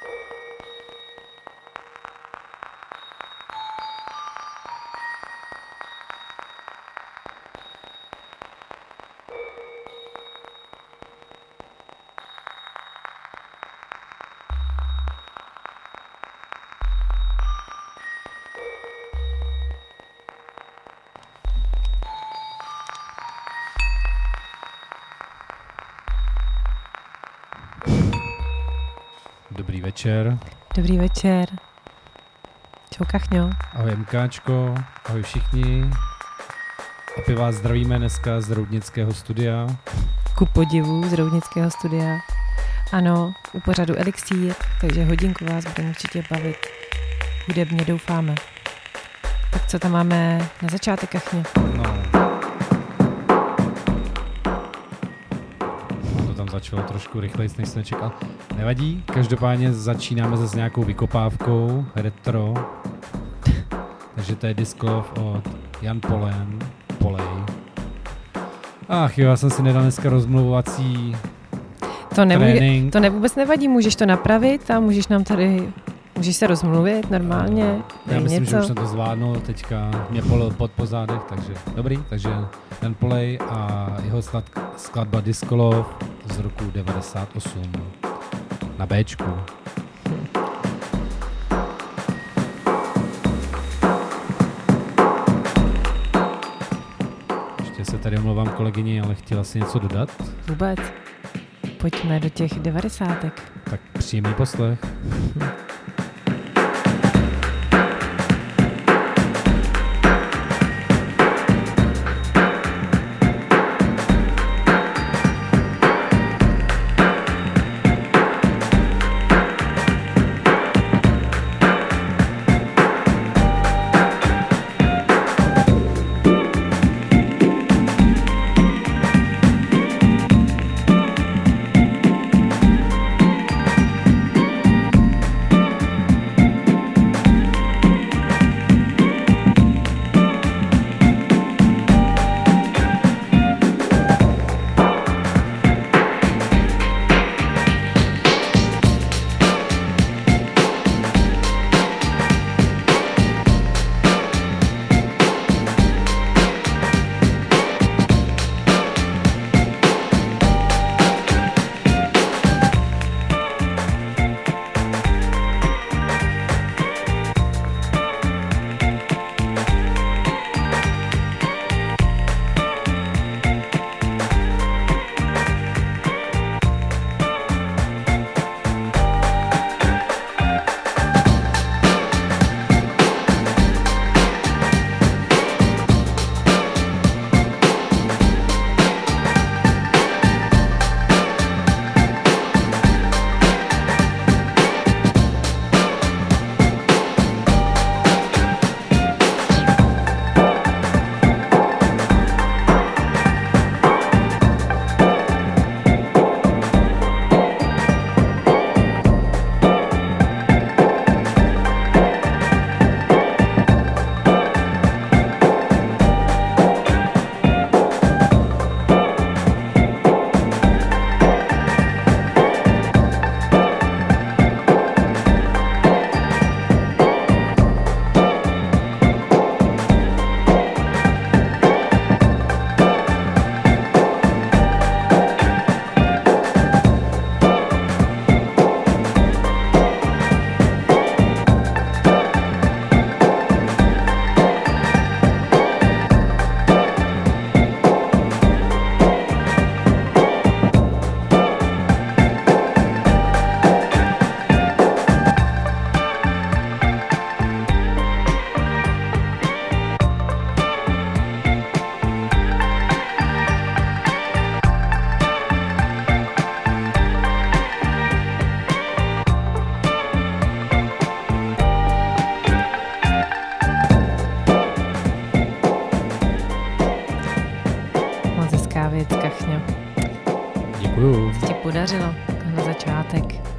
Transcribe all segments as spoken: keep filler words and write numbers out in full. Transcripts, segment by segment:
Dobrý večer. Dobrý večer. Čau Kachňo. Ahoj MKčko, ahoj všichni. Opět vás zdravíme dneska z Roudnického studia. Ku podivu z Roudnického studia. Ano, u pořadu Elixír, takže hodinku vás budeme určitě bavit. Hudebně doufáme. Tak co tam máme na začátek, Kachně? No. To tam začalo trošku rychleji, než jsem čekal. Nevadí, každopádně začínáme zase nějakou vykopávkou, retro. Takže to je diskov od Jan Polen, Polej. Ach jo, já jsem si nedal dneska rozmluvovací to trénink. To ne, vůbec nevadí, můžeš to napravit a můžeš nám tady, můžeš se rozmluvit normálně. Já myslím, něco. že už jsem to zvládnul, teďka mě polil pod pozádech, takže dobrý. Takže Jan Polej a jeho skladba Discolov z roku devadesát osm na Bčku. Ještě se tady omlouvám kolegyni, ale chtěla si něco dodat? Vůbec. Pojďme do těch devadesátek. Tak příjemný poslech. Hm. Děkuju. Se ti podařilo na začátek.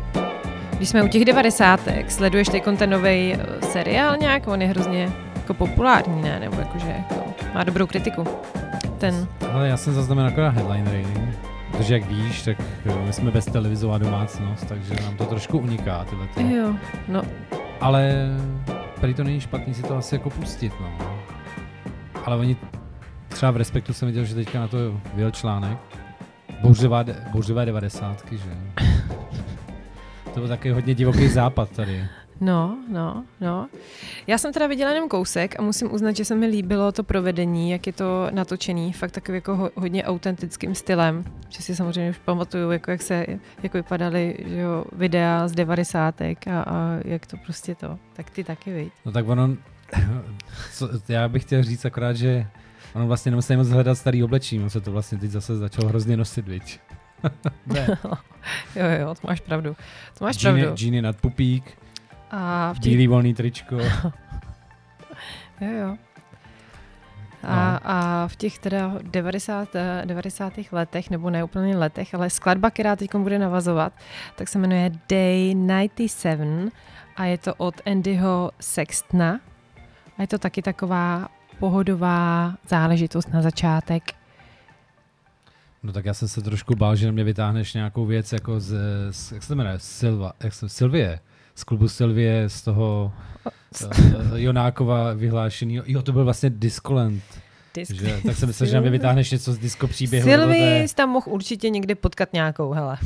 Když jsme u těch devadesátek, sleduješ teď ten nový seriál nějak? On je hrozně jako populární, ne? Nebo jakože jako má dobrou kritiku. Ten. Ale já jsem zaznamenal akorát headlinery. Protože jak víš, tak my jsme bez televizová domácnost, takže nám to trošku uniká tyhleto. Jo, no. Ale prý to není špatný si to asi jako pustit, no. Ale oni, třeba v Respektu jsem viděl, že teďka na to vyjel článek. Bouřivá, bouřivé devadesátky, že? To byl takový hodně divoký západ tady. No, no, no. Já jsem teda viděla jenom kousek a musím uznat, že se mi líbilo to provedení, jak je to natočený, fakt takový jako ho, hodně autentickým stylem, že si samozřejmě už pamatuju, jako jak se, jak vypadaly, že jo, videa z devadesátek a, a jak to prostě to, tak ty taky, viď? No tak ono, co, já bych chtěl říct akorát, že ono vlastně nemusí moc hledat starý oblečení, on se to vlastně teď zase začalo hrozně nosit, viď? Ne. Jo, jo, to máš pravdu. To máš Džíny, pravdu. džíny nad pupík, A v těch... bílý volný tričko. Jo, jo. A, No. a v těch teda devadesátých letech, nebo ne úplně letech, ale skladba, která teď bude navazovat, tak se jmenuje Day devadesát sedm a je to od Andyho Sextona. A je to taky taková pohodová záležitost na začátek. No tak já jsem se trošku bál, že na mě vytáhneš nějakou věc jako z, z jak se to jmenuje, Silva, jak se, Sylvie, z klubu Sylvie, z toho uh, Jonákova vyhlášený, jo, to byl vlastně Discoland. Disk. Že, tak jsem myslel, že na mě vytáhneš něco z disco příběhu. Sylvie jsi tam mohl určitě někde potkat nějakou, hele.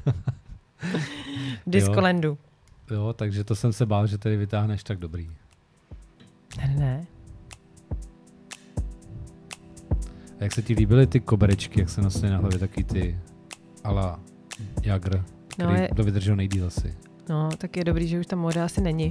Discolandu. Jo, jo, takže to jsem se bál, že tady vytáhneš, tak dobrý. Ne, ne. A jak se ti líbily ty koberečky, jak se nosily na hlavě, taky ty ala Jagr, který No je- to vydržel nejdýl asi. No, tak je dobrý, že už ta móda asi není.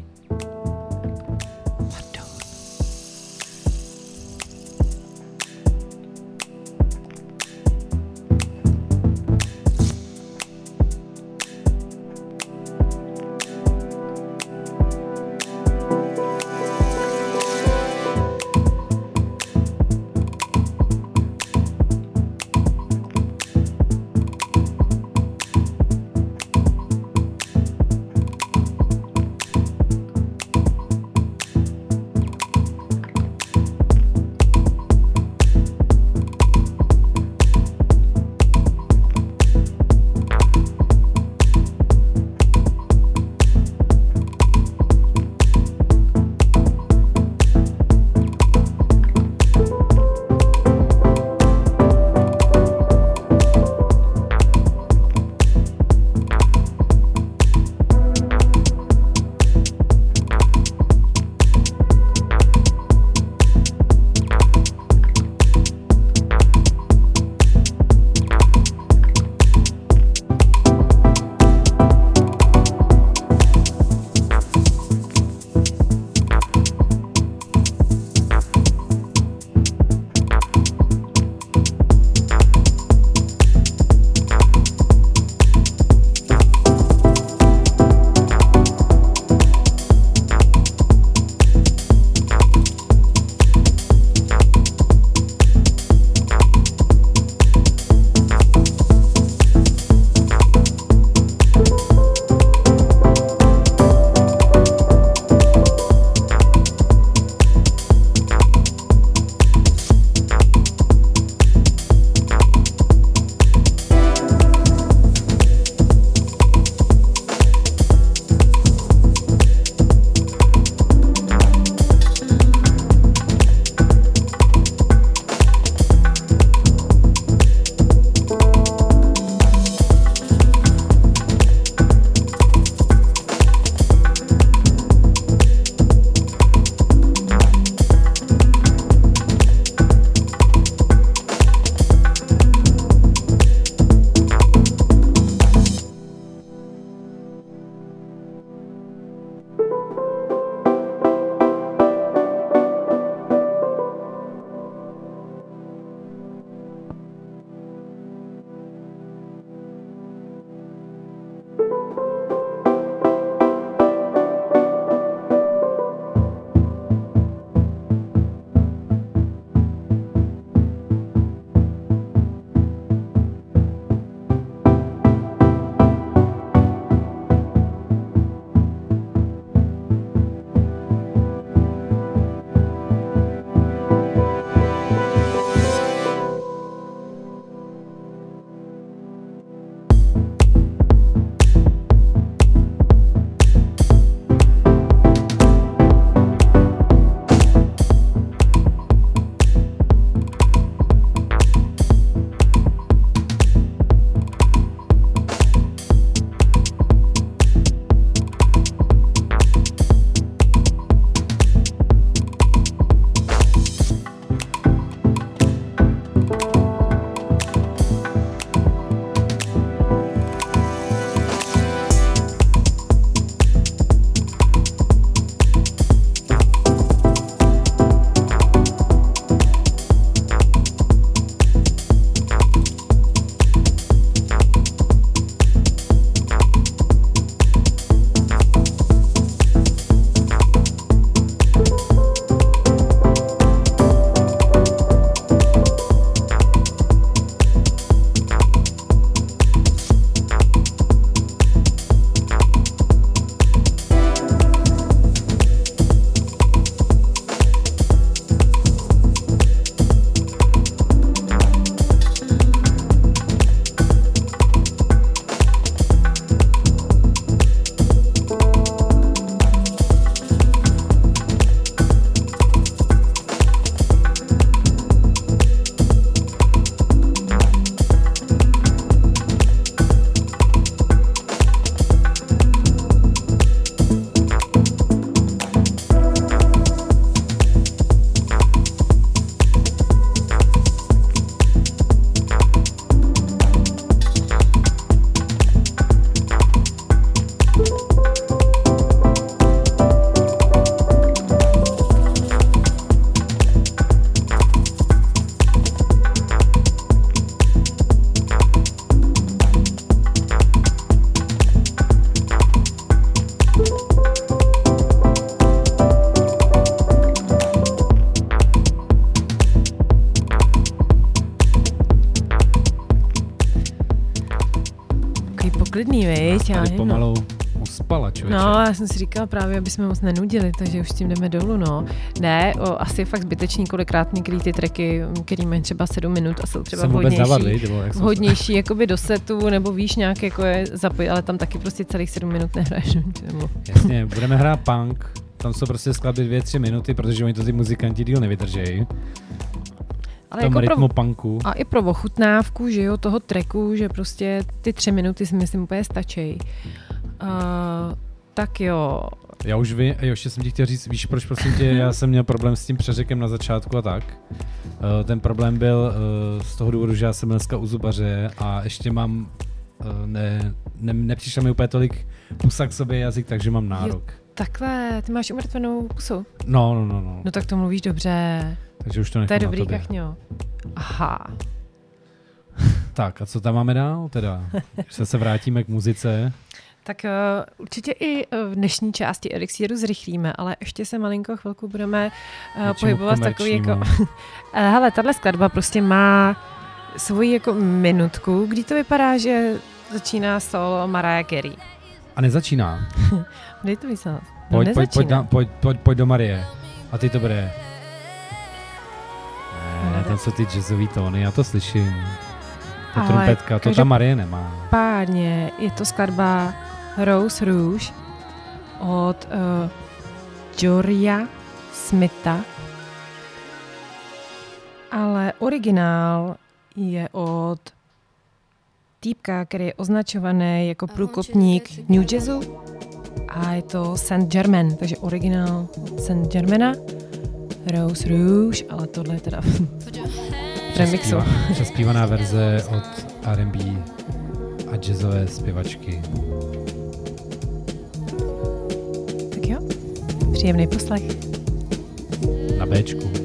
klidný, viď? Já Tady nevím, pomalu uspala, člověče. No, já jsem si říkala právě, aby jsme moc nenudili, takže už s tím jdeme dolů, no. Ne, o, asi je fakt zbytečný, kolikrát některý ty tracky, který mají třeba sedm minut a jsou třeba jsem vhodnější, zavadli, jak vhodnější jakoby do setu, nebo víš, nějak jako je zapojit, ale tam taky prostě celých sedm minut nehraješ. Jasně, budeme hrát punk, tam jsou prostě skladby dvě, tři minuty, protože oni to ty muzikanti díl nevydržejí. Ale tom jako rytmu pro, punku. A i pro ochutnávku, že jo, toho tracku, že prostě ty tři minuty si myslím úplně stačí. Uh, tak jo. Já už vím, a ještě jsem ti chtěl říct, víš proč prosím tě, já jsem měl problém s tím přeřekem na začátku a tak. Uh, ten problém byl uh, z toho důvodu, že já jsem dneska u zubaře a ještě mám, uh, ne, ne, nepřišel mi úplně tolik pusa k sobě jazyk, takže mám nárok. Jo, takhle, ty máš umrtvenou pusu? No, no, no, no. No tak to mluvíš dobře. Takže už to nechám to je dobrý, na tobě. Kachňo. Aha. Tak a co tam máme dál teda? Když se, se vrátíme k muzice. Tak uh, určitě i v dnešní části Elixíru zrychlíme, ale ještě se malinko chvilku budeme uh, pohybovat takový jako... Hele, tahle skladba prostě má svoji jako minutku, kdy to vypadá, že začíná solo Mariah Carey. A nezačíná. Dej to vyslat. No, pojď, pojď, pojď, na, pojď, pojď, pojď do Marie. A ty to bude. Ne, ne, tam jsou ty jazzový tóny, já to slyším. Ta ale trumpetka, to ta Marie nemá. Pádně je to skladba Rose Rouge od uh, Jorja Smitha, ale originál je od týpka, který je označovaný jako průkopník New Jazzu a je to Saint Germain, takže originál Saint Germaina, Rose Rouge, ale tohle je teda v remixu. Přespívaná verze od R and B a jazzové zpěvačky. Tak jo, příjemný poslech. Na Bčku.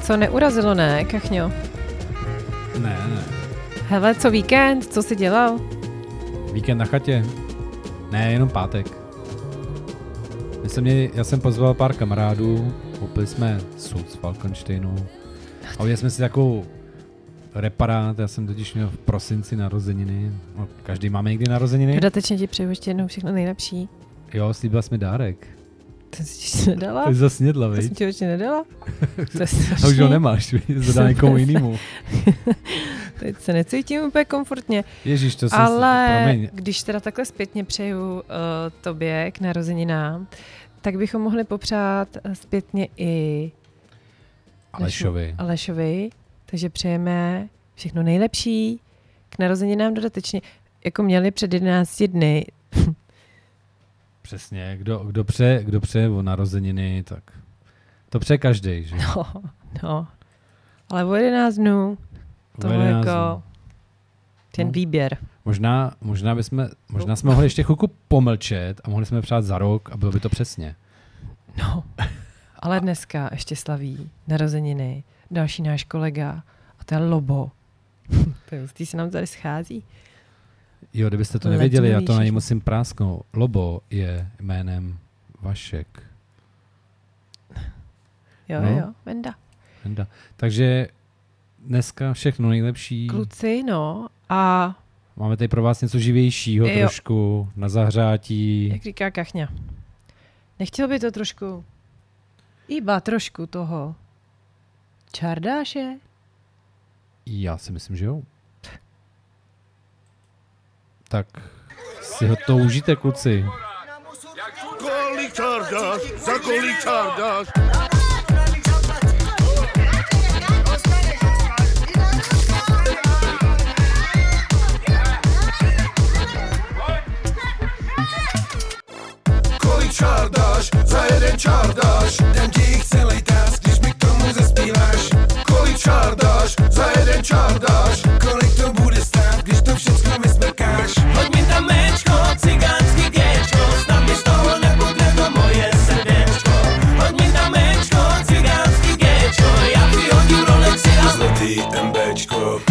co neurazilo, ne, Kachňo? Ne, ne. Hele, co víkend? Co jsi dělal? Víkend na chatě. Ne, jenom pátek. My jsme měli, já jsem pozval pár kamarádů, koupili jsme sud z Falkensteinu a udělali jsme si takovou reparát, já jsem totiž měl v prosinci narozeniny, no, každý máme někdy narozeniny. Dodatečně ti přeju ještě jednou všechno nejlepší. Jo, slíbila jsi mi dárek. To jsi ještě nedala? To jsi zasnědla, viď? To jsem ti ještě nedala? To je a už ho nemáš, to dá někomu jinému. Teď se necítím úplně komfortně. Ježíš, to jsem Ale si, promiň. Když teda takhle zpětně přeju uh, tobě k narozeninám, tak bychom mohli popřát zpětně i Alešovi. Alešovi. Takže přejeme všechno nejlepší k narozeninám dodatečně. Jako měli před jedenácti dny. Přesně, kdo, kdo přeje kdo pře o narozeniny, tak to přeje každej, že? No, no. Ale o jedenáct dnů to je jako ten no. výběr. Možná, možná, bychom, možná jsme mohli ještě chvilku pomlčet a mohli jsme přát za rok a bylo by to přesně. No, ale dneska ještě slaví narozeniny další náš kolega a to je Lobo. To je hustý, se nám tady schází. Jo, kdybyste to nevěděli, já to na něj musím prásknout. Lobo je jménem Vašek. Jo, no? jo, Venda. Venda. Takže dneska všechno nejlepší. Kluci, no. A máme tady pro vás něco živějšího jo. trošku, na zahřátí. Jak říká Kachňa. Nechtěl by to trošku, iba trošku toho čardáše? Já si myslím, že jo. Tak si ho to užijte, kluci. Kolik čardáš, za kolik čardáš? Kolik čardáš, za jeden čardáš? Dám ti jich celej tás, když mi k tomu zaspíváš. Kolik čardáš, za jeden čardáš? Kolik to bude stát, když to všechno vysmrkáš? Hoď mi tam méčko, cigánský géčko, snad mi z toho nepukne to moje srdéčko. Hoď mi tam méčko, cigánský géčko, já ti hodím Rolexy a zlatý MBčko.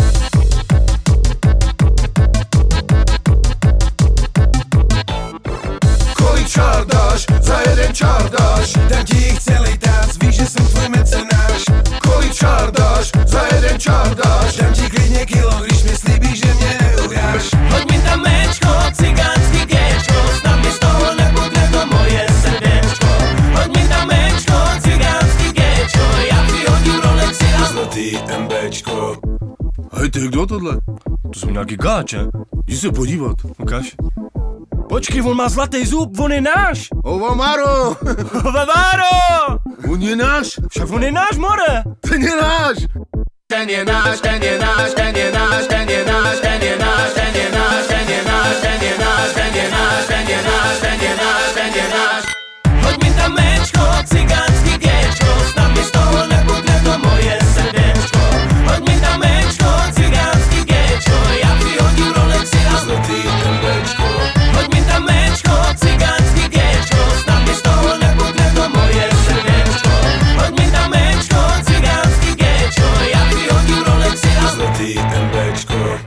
Kolik čardáš, za jeden čardáš? Dám ti jich celej tás, víš, že jsem tvůj mecenáš. Kolik čardáš, za jeden čardáš? Dám ti klidně kilo, když mi slíbíš, že mě neuráš. Hoď mi tam méčko, cigánský géčko, snad mi z toho nepukne to moje srdéčko. Hoď mi tam méčko, cigánský géčko, já ti hodím Rolexy a zlatý MBčko. Hej, ty, kdo tohle? To jsou nějaký gáče. Jdi se podívat, ukáž. Počkej, on má zlatý zub, on je náš! Ovamaro! Ovamaro! On je náš! Však on je náš, more! Ten je náš! Ten je náš, ten je náš, ten je náš, ten je náš, ten je náš, ten je náš, ten je náš, ten je náš, ten je náš, ten je náš, ten je náš, ten je náš. Hoď mi tam méčko, cigánský géčko, snad mi z toho nepukne to moje srdéčko. Hoď mi tam méčko, cigánský géčko, já ti hodím Rolexy a zlatý MBčko. Hoď mi tam méčko, cigánský géčko, snad mi z toho nepukne to moje srdéčko. Hoď mi tam méčko, cigánský géčko, já ti hodím Rolexy a zlatý MBčko.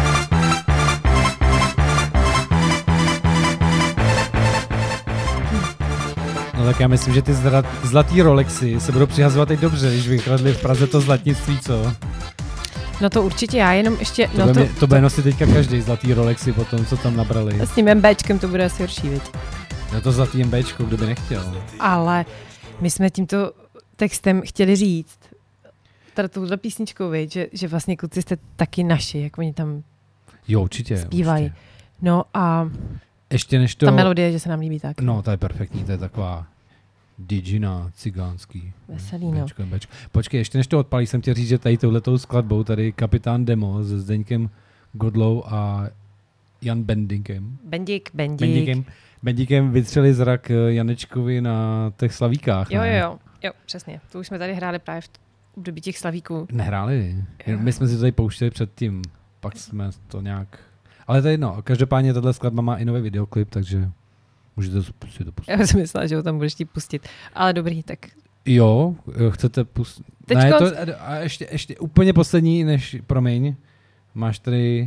No tak já myslím, že ty zra- zlatý Rolexy se budou přihazovat teď dobře, když vykradli v Praze to zlatnictví, co? No to určitě, já jenom ještě... To, no bude, to, mě, to bude nosit teďka každý zlatý Rolexy po tom, co tam nabrali. S tím MBčkem to bude asi horší, viď? No to zlatý MBčko, kdo by nechtěl. Ale my jsme tímto textem chtěli říct, teda touhle písničkou, viď, že, že vlastně kluci jste taky naši, jak oni tam jo, určitě, zpívají. Určitě. No a ještě než to... ta melodie, že se nám líbí tak. No, to je perfektní, to je taková digina, cigánský. Veselý, no. Bečko, bečko. Počkej, ještě než to odpalí, jsem chtěl říct, že tady touhletou skladbou, tady kapitán Demo se Zdeňkem Godlou a Jan Bendinkem. Bendík, Bendík. Bendíkem, Bendíkem vytřeli zrak Janečkovi na těch slavíkách. Jo, ne? jo, jo, jo, přesně. To už jsme tady hráli právě v období těch slavíků. Nehráli. My jsme si to tady pouštěli předtím, pak jsme to nějak... Ale to je jedno, každopádně tato skladba má i nový videoklip, takže můžete si to pustit. Já jsem myslela, že ho tam budeš tí pustit. Ale dobrý, tak... Jo, chcete pustit... teďko... Ne, to, a ještě, ještě úplně poslední, než, promiň, máš tady...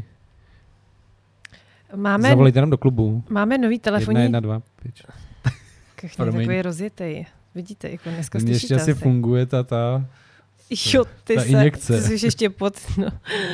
Máme, Zavolejte nám do klubu. Máme nový telefonní... Jedna, jedna, dva, pět. Kachně takový rozjetej. Vidíte, jako dneska Mně ještě asi funguje ta ta... Jo, ty ta se, injekce. ty jsi ještě pod... No.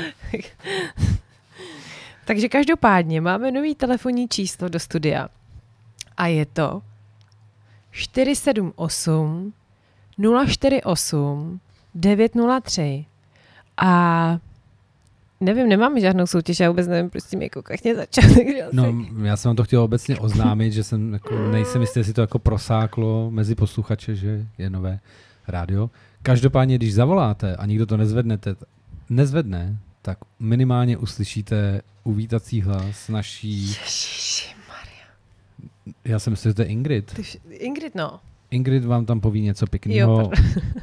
Takže každopádně máme nový telefonní číslo do studia. A je to čtyři sedm osm nula čtyři osm devět nula tři. A nevím, nemám žádnou soutěž, já vůbec nevím, prostě mi jako kachně začal. No, já jsem vám to chtěl obecně oznámit, že jsem jako, nejsem jistý, jestli to jako prosáklo mezi posluchače, že je nové rádio. Každopádně, když zavoláte a nikdo to nezvednete, nezvedne, tak minimálně uslyšíte uvítací hlas naší... Ježišimaria. Já jsem myslel, že to je Ingrid. Ty, Ingrid, no. Ingrid vám tam poví něco pěkného.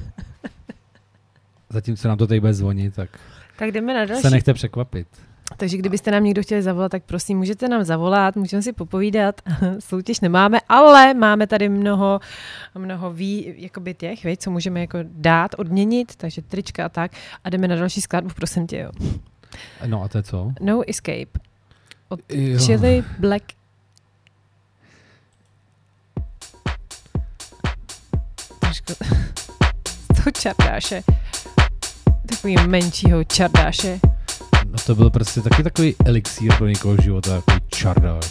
Zatímco nám to tady bude zvonit, tak, tak jdeme na další. Se nechte překvapit. Takže kdybyste nám někdo chtěli zavolat, tak prosím, můžete nám zavolat, můžeme si popovídat. Soutěž nemáme, ale máme tady mnoho, mnoho ví, jakoby těch, věc, co můžeme jako dát, odměnit, takže trička a tak. A jdeme na další skladbu, prosím tě, jo. No a to je co? No Escape. Od Jo. Chili Black. Trošku z toho čardáše. Takový menšího čardáše. No to byl prostě taky takový elixír pro někoho života, takový čardáš.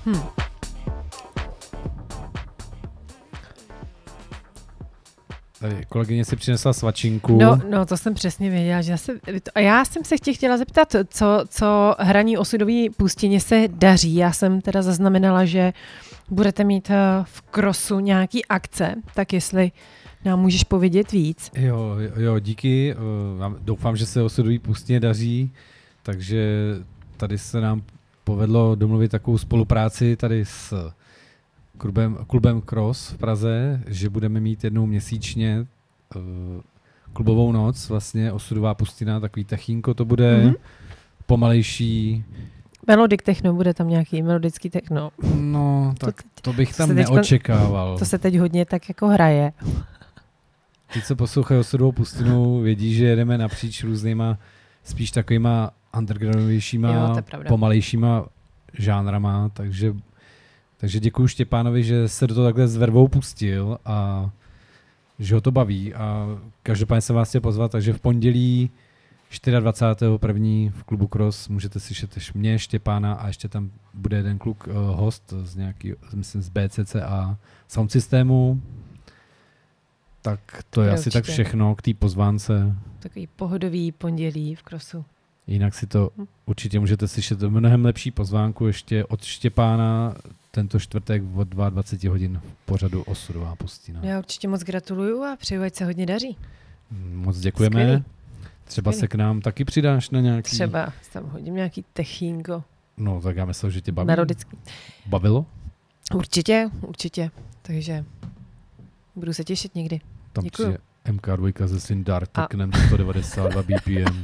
Hm. Tady kolegyně si přinesla svačinku. No, no, to jsem přesně věděla. Že já se, a já jsem se tě chtěla zeptat, co, co hraní osudový pustině se daří. Já jsem teda zaznamenala, že budete mít v Crossu nějaký akce, tak jestli nám můžeš povědět víc. Jo, jo, díky. Doufám, že se osudový pustině daří, takže tady se nám povedlo domluvit takovou spolupráci tady s klubem, klubem Cross v Praze, že budeme mít jednou měsíčně uh, klubovou noc, vlastně osudová pustina, takový techínko to bude, mm-hmm. pomalejší. Melodic techno, bude tam nějaký melodický techno. No, tak to, to bych to tam teďko, neočekával. To se teď hodně tak jako hraje. Ti, co poslouchají osudovou pustinu, vědí, že jedeme napříč různýma, spíš takovýma undergroundovějšíma, jo, pomalejšíma žánrama, takže Takže děkuji Štěpánovi, že se do toho takhle s vervou pustil a že ho to baví. A každopádně jsem vás chtěl pozvat, takže v pondělí dvacátého prvního v klubu Cross můžete slyšet ještě mě, Štěpána a ještě tam bude jeden kluk uh, host z nějaký, myslím z B C C A sound systému. Tak to je, je asi určitě tak všechno k té pozvánce. Takový pohodový pondělí v Crossu. Jinak si to hm. určitě můžete slyšet mnohem lepší pozvánku ještě od Štěpána tento čtvrtek od dvacet dva hodin v pořadu Osudová pustina. Já určitě moc gratuluju a přeju, ať se hodně daří. Moc děkujeme. Skvělý. Třeba Skvělý. Se k nám taky přidáš na nějaký... Třeba tam hodím nějaký techínko. No, tak já myslím, že tě baví. Melodický. Bavilo? Určitě, určitě. Takže budu se těšit někdy. Tam Děkuju. přijde M K dva se svým Darteknem sto devadesát dva B P M.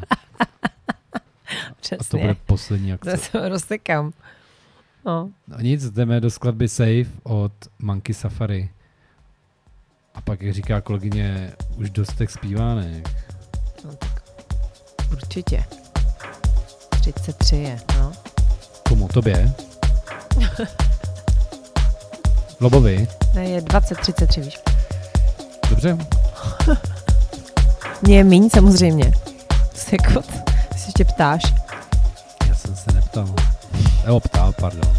Přesně. A to bude poslední akce. To se rozsekám. No. No nic, jdeme do skladby Safe od Monkey Safari. A pak, jak říká kolegyně, už dostek zpívánek. No tak určitě. třicet tři je, no. Komu? Tobě? Lobovi? Ne, je dvacet třicet tři, víš. Dobře. Mně je míň, samozřejmě. Se jako, si ještě ptáš. Já jsem se neptal. Nebo ptal, pardon.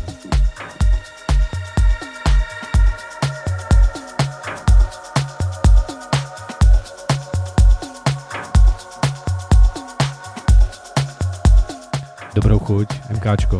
Dobrou chuť, MKčko.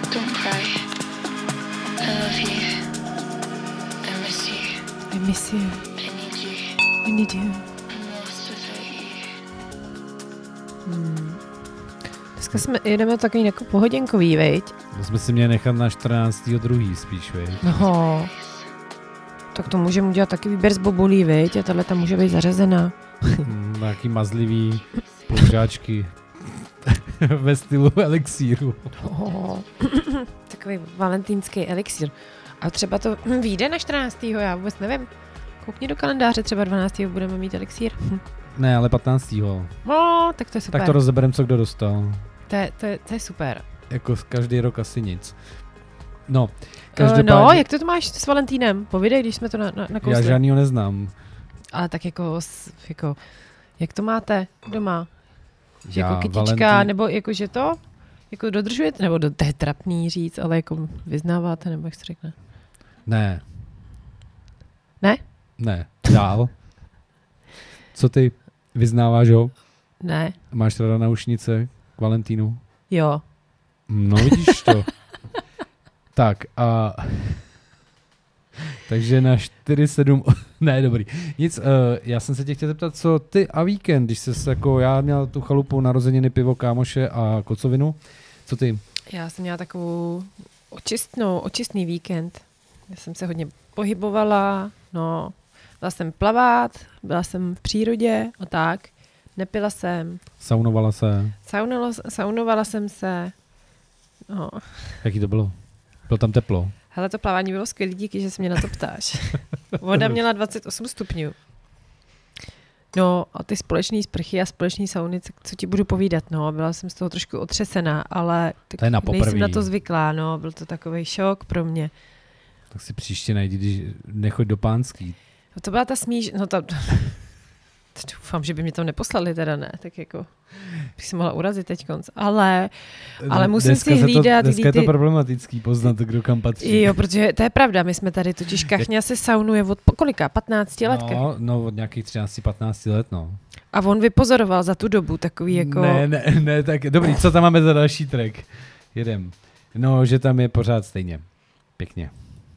Don't cry. I love you. I miss you. I miss you. I need you. I need you. I'm lost without you. Hmm. Dneska jsme, jedeme takový jako pohodinkový, veď? To jsme si měli nechat na čtrnáctého druhého spíš, veď? No. Tak to můžeme udělat taky výběr z bobulí, veď? A tahle tam může být zařazena. Hmm, nějaký mazlivý použáčky ve stylu elixíru. Oh. Takový valentýnský elixír. A třeba to vyjde na čtrnáctého já vůbec nevím. Koukni do kalendáře, třeba dvanáctého budeme mít elixír. Hm. Ne, ale patnáctého No, tak to je super. Tak to rozeberem, co kdo dostal. To je, to je, to je super. Jako každý rok asi nic. No, každopádně... No, jak to, to máš s Valentínem? Povídej, když jsme to na, na, nakousli. Já žádnýho neznám. Ale tak jako, jako, jak to máte doma? Že Já, jako kytička, Valentín... nebo jako, že to jako dodržujete, nebo do, to je trapný říct, ale jako vyznáváte, nebo jak se řekne? Ne. Ne? Ne. Dál. Co ty vyznáváš, jo? Ne. Máš ráda naušnice k Valentínu? Jo. No vidíš to. Tak a... Takže na čtyři sedm... Ne, dobrý. Nic, uh, já jsem se tě chtěl zeptat, co ty a víkend, když jsi jako já měl tu chalupu, narozeniny, pivo, kámoše a kocovinu. Co ty? Já jsem měla takovou očistnou, očistný víkend. Já jsem se hodně pohybovala, no, byla jsem plavat, byla jsem v přírodě a tak. Nepila jsem. Saunovala se. Saunalo, saunovala jsem se. No. Jaký to bylo? Bylo tam teplo? Hele, to plavání bylo skvělý, díky, že se mě na to ptáš. Voda měla dvacet osm stupňů. No a ty společné sprchy a společné sauny, co ti budu povídat, no, byla jsem z toho trošku otřesená, ale tak to je na nejsem na to zvyklá, no, byl to takovej šok pro mě. Tak si příště najdi, když nechoď do Pánský. No, to byla ta smíž, no ta... Doufám, že by mě tam neposlali, teda ne, tak jako bych se mohla urazit teď konc, ale, ale musím dneska si hlídat. To, dneska ty... je to problematický poznat, kdo kam patří. Jo, protože to je pravda, my jsme tady totiž Kachňa se saunuje od kolika, patnácti let? No, no, od nějakých třináct patnáct let, no. A on vypozoroval za tu dobu takový jako... Ne, ne, ne, tak dobrý, co tam máme za další track? Jedem. No, že tam je pořád stejně. Pěkně.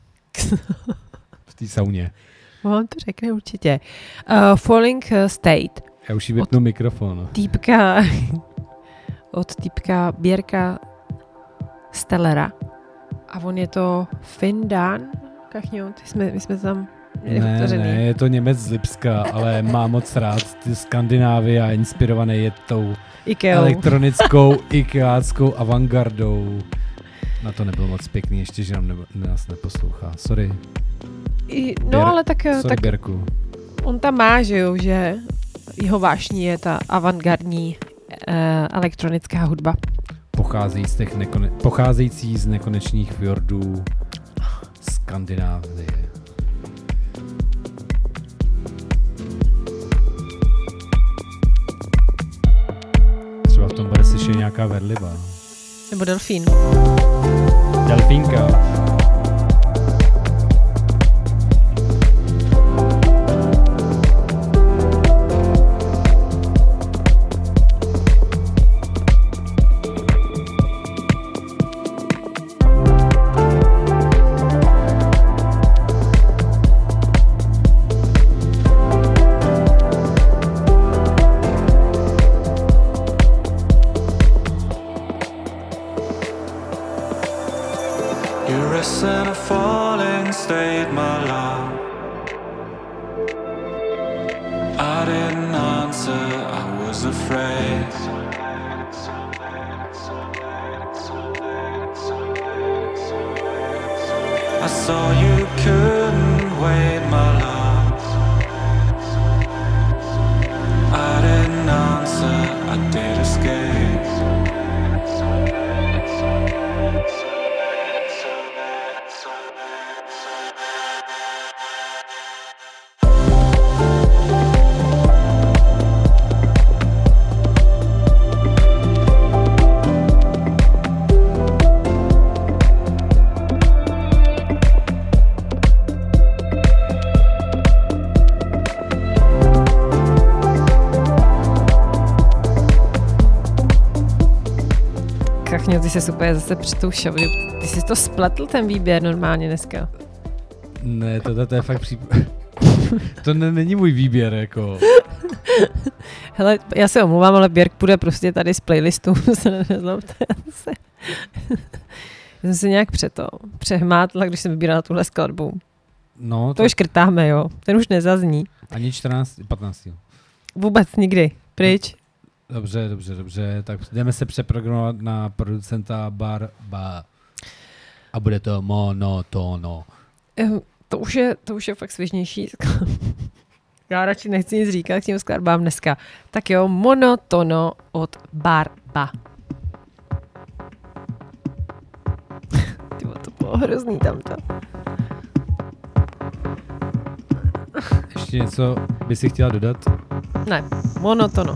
V té sauně. On to řekne určitě. Uh, Falling State. Já už jí vypnu od mikrofon. Týpka, od týpka Běrka Stellera. A on je to Findan, Kachňo, ty jsme, my jsme tam měli ne, vtořený. Ne, je to Němec z Lipska, ale má moc rád ty Skandinávie a inspirovaný je tou Ikeou. Elektronickou, ikeáckou avantgardou. Na to nebylo moc pěkný, ještě, že nám ne, nás neposlouchá. Sorry. I, no, Běr, ale tak, sorry, tak Běrku. On tam má, že jo, že jeho vášní je ta avantgardní uh, elektronická hudba. Pocházejí z těch nekone- pocházející z nekonečných fjordů Skandinávie. Třeba v tom bude slyšet nějaká vedliva. Nebo delfín. Delfínka. No ty se super zase před tou show. Ty jsi to spletl ten výběr normálně dneska. Ne, tohle to je fakt příp... To ne, není můj výběr, jako. Hele, já se omlouvám, ale Björk půjde prostě tady z playlistu. se nezlobte. Já jsem se nějak přeto přehmátla, když jsem vybírala tuhle skladbu. No, to už škrtáme, jo. Ten už nezazní. Ani čtrnáct, patnáct. Vůbec nikdy. Pryč. Dobře, dobře, dobře. Tak jdeme se přeprogramovat na producenta Barba. A bude to monotono. To už je, to už je fakt svěžnější. Já radši nechci nic říkat k těm skladbám dneska. Tak jo, monotono od Barba. Tyvo, to bylo hrozný tamto. Ještě něco by si chtěla dodat? Ne, monotono.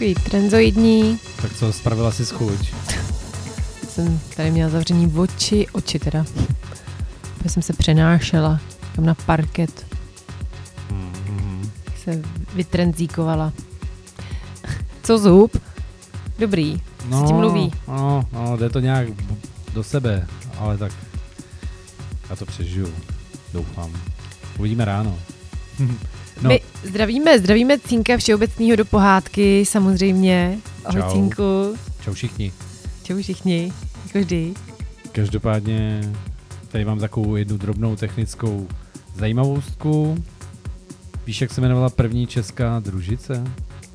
takový trenzoidní. Tak co, spravila si chuť? Jsem tady měla zavřený oči, oči teda. Já jsem se přenášela tam na parket. Mm-hmm. Se vytrenzíkovala. Co zub? Dobrý. No, Co ti mluví? No, no, jde to nějak do sebe, ale tak já to přežiju, doufám. Uvidíme ráno. No. My zdravíme, zdravíme Cínka Všeobecného do pohádky, samozřejmě. Ahoj Čau. Cínku. Čau všichni. Čau všichni, jako vždy. Každopádně tady mám takovou jednu drobnou technickou zajímavostku. Víš, jak se jmenovala první česká družice?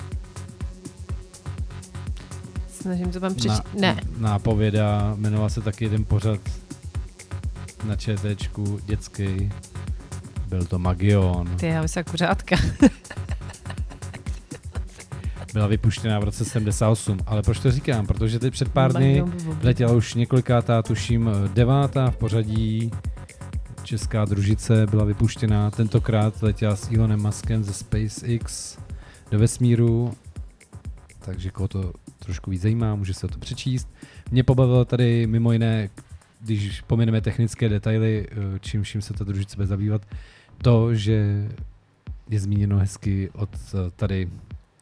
Snažím to vám přečíst. Na, ne. Nápověda, jmenoval se taky jeden pořad na ČTčku dětský. Byl to Magion. Ty, já myslím, kuřátka. Byla vypuštěná v roce sedmdesát osm, ale proč to říkám? Protože teď před pár dny letěla už několikátá, tuším devátá v pořadí česká družice, byla vypuštěná. Tentokrát letěla s Elonem Muskem ze SpaceX do vesmíru, takže koho to trošku víc zajímá, může se to přečíst. Mě pobavilo tady mimo jiné, když pomineme technické detaily, čím vším se ta družice bude zabývat, to, že je zmíněno hezky od tady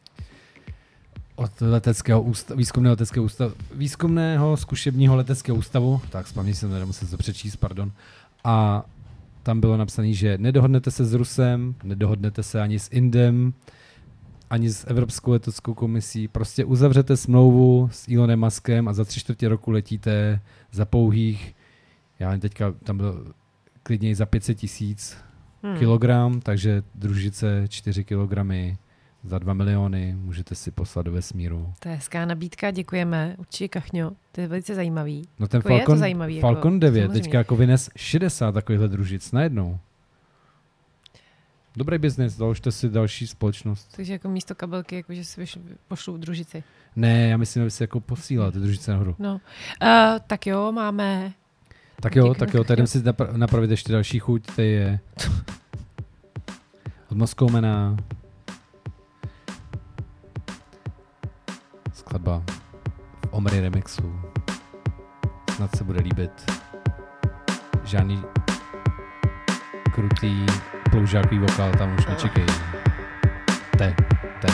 od leteckého ústavu, výzkumného leteckého ústavu, výzkumného zkušebního leteckého ústavu, tak spaměť jsem to nemusel to přečíst, pardon, a tam bylo napsané, že nedohodnete se s Rusem, nedohodnete se ani s Indem, ani s Evropskou leteckou komisí, prostě uzavřete smlouvu s Elonem Muskem a za tři čtvrtě roku letíte za pouhých, já nevím, teďka tam bylo klidněji za pět set tisíc hmm. kilogram, takže družice čtyři kilogramy za dva miliony můžete si poslat do vesmíru. To je hezká nabídka, děkujeme. Určitě Kachňo, to je velice zajímavý. No ten jako Falcon, je to zajímavý, Falcon jako, devět samozřejmě. teďka jako vynes šedesát takovýchhle družic najednou. Dobrý biznis, založte si další společnost. Takže jako místo kabelky, jakože si pošlu družici. Ne, já myslím, že si jako posílá ty družice nahoru. No, uh, tak jo, máme... Tak jo, Děkuji, tak jo, tady jdem si napra- napravit ještě další chuť, to je od Moskoumena. Skladba v Omri remixu. Snad se bude líbit. Žádný krutý ploužákový vokál tam už nečekej. Te, te.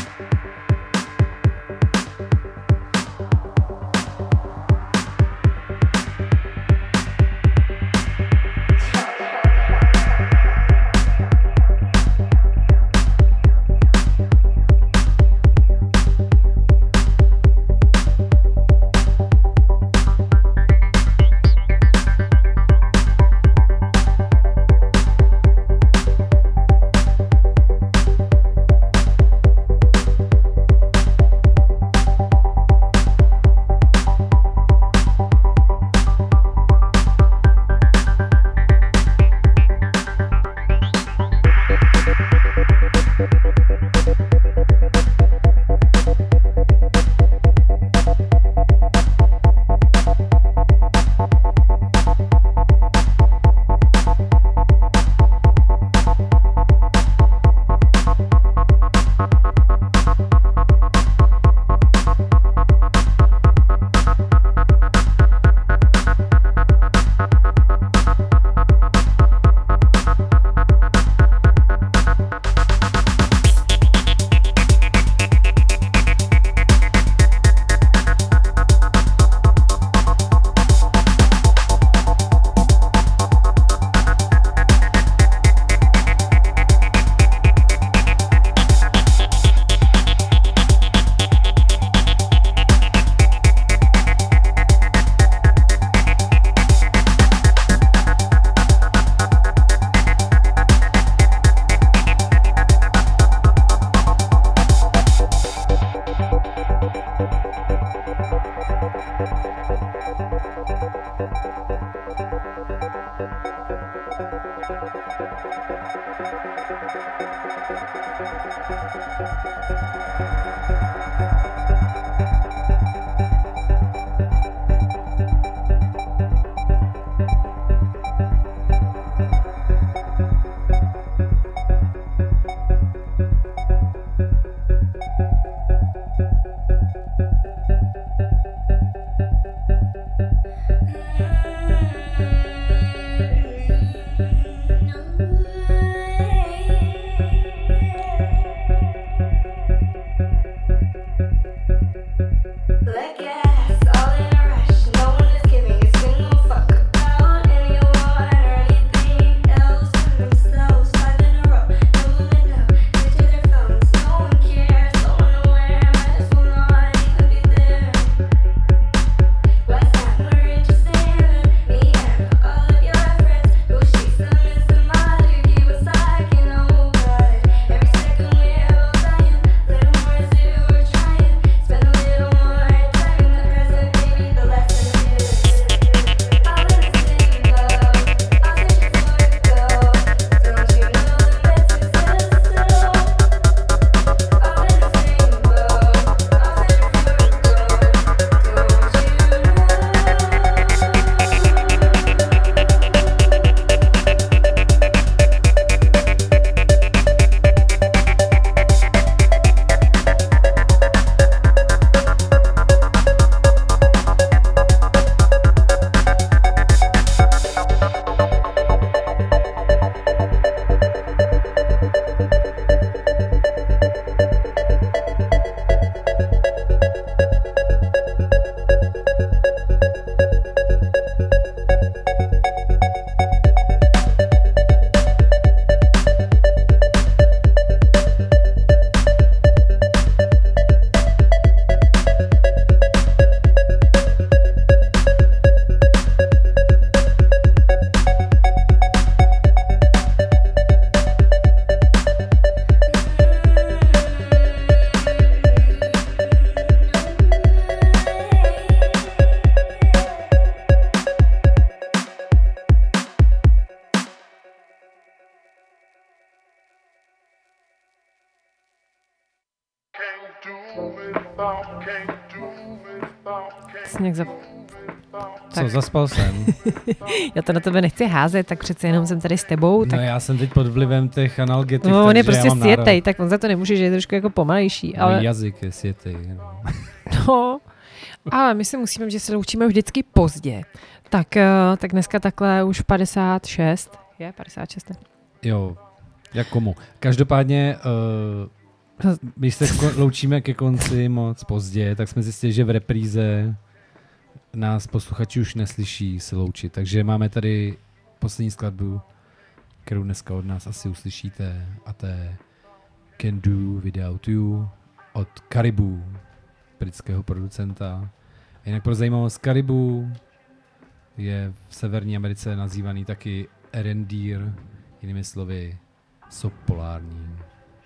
Sněh za... Co, zaspal jsem? Já to na tebe nechci házet, tak přece jenom jsem tady s tebou. Tak... No já jsem teď pod vlivem těch analgetik, No on je prostě já sjetej, tak on za to nemůže, že je trošku jako pomalejší. Ale... Můj jazyk je sjetej. No. no, ale my si musíme, že se loučíme vždycky pozdě. Tak, tak dneska takhle už padesát šest. Je padesát šest. Jo, jak komu. Každopádně, uh, když se loučíme ke konci moc pozdě, tak jsme zjistili, že v repríze nás posluchači už neslyší se loučit. Takže máme tady poslední skladbu, kterou dneska od nás asi uslyšíte, a to je Can Do Without You od Caribou, britského producenta. A jinak pro zajímavost, Caribou je v Severní Americe nazývaný taky reindeer, jinými slovy subpolární.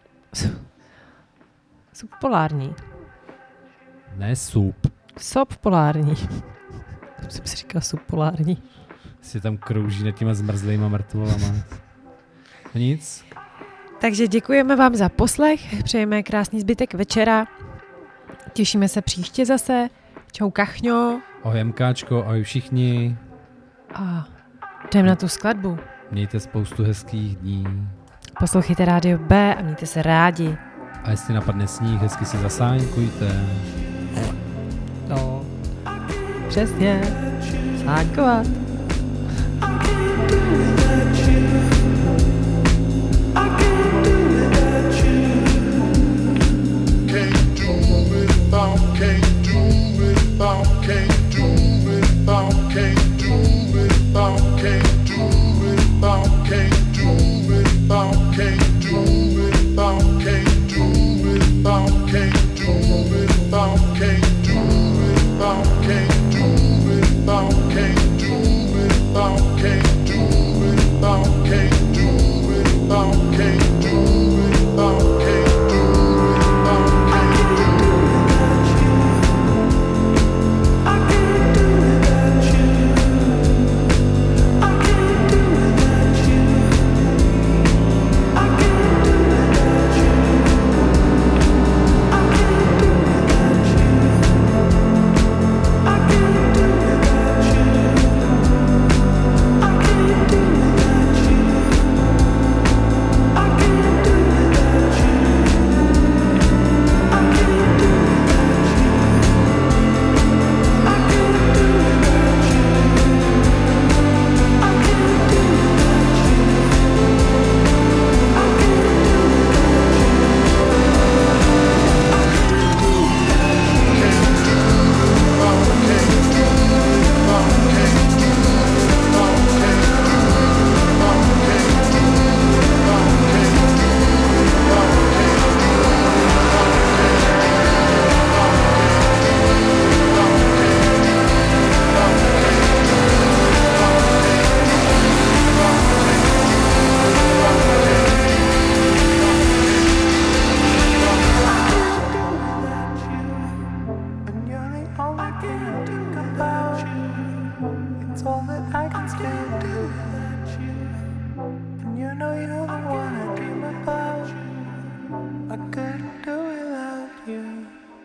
Subpolární. Ne sub. Subpolární. To jsem si říkal subpolární. Si tam krouží nad těma zmrzlejma mrtvolama. No nic. Takže děkujeme vám za poslech, přejeme krásný zbytek večera. Těšíme se příště zase. Čau kachňo. Ahoj MKčko, ahoj všichni. A jdeme na tu skladbu. Mějte spoustu hezkých dní. Poslouchejte Rádio B a mějte se rádi. A jestli napadne sníh, hezky si zasáňkujte. No, přesně. Sáňkovat. You know you're the one I dream about. I couldn't do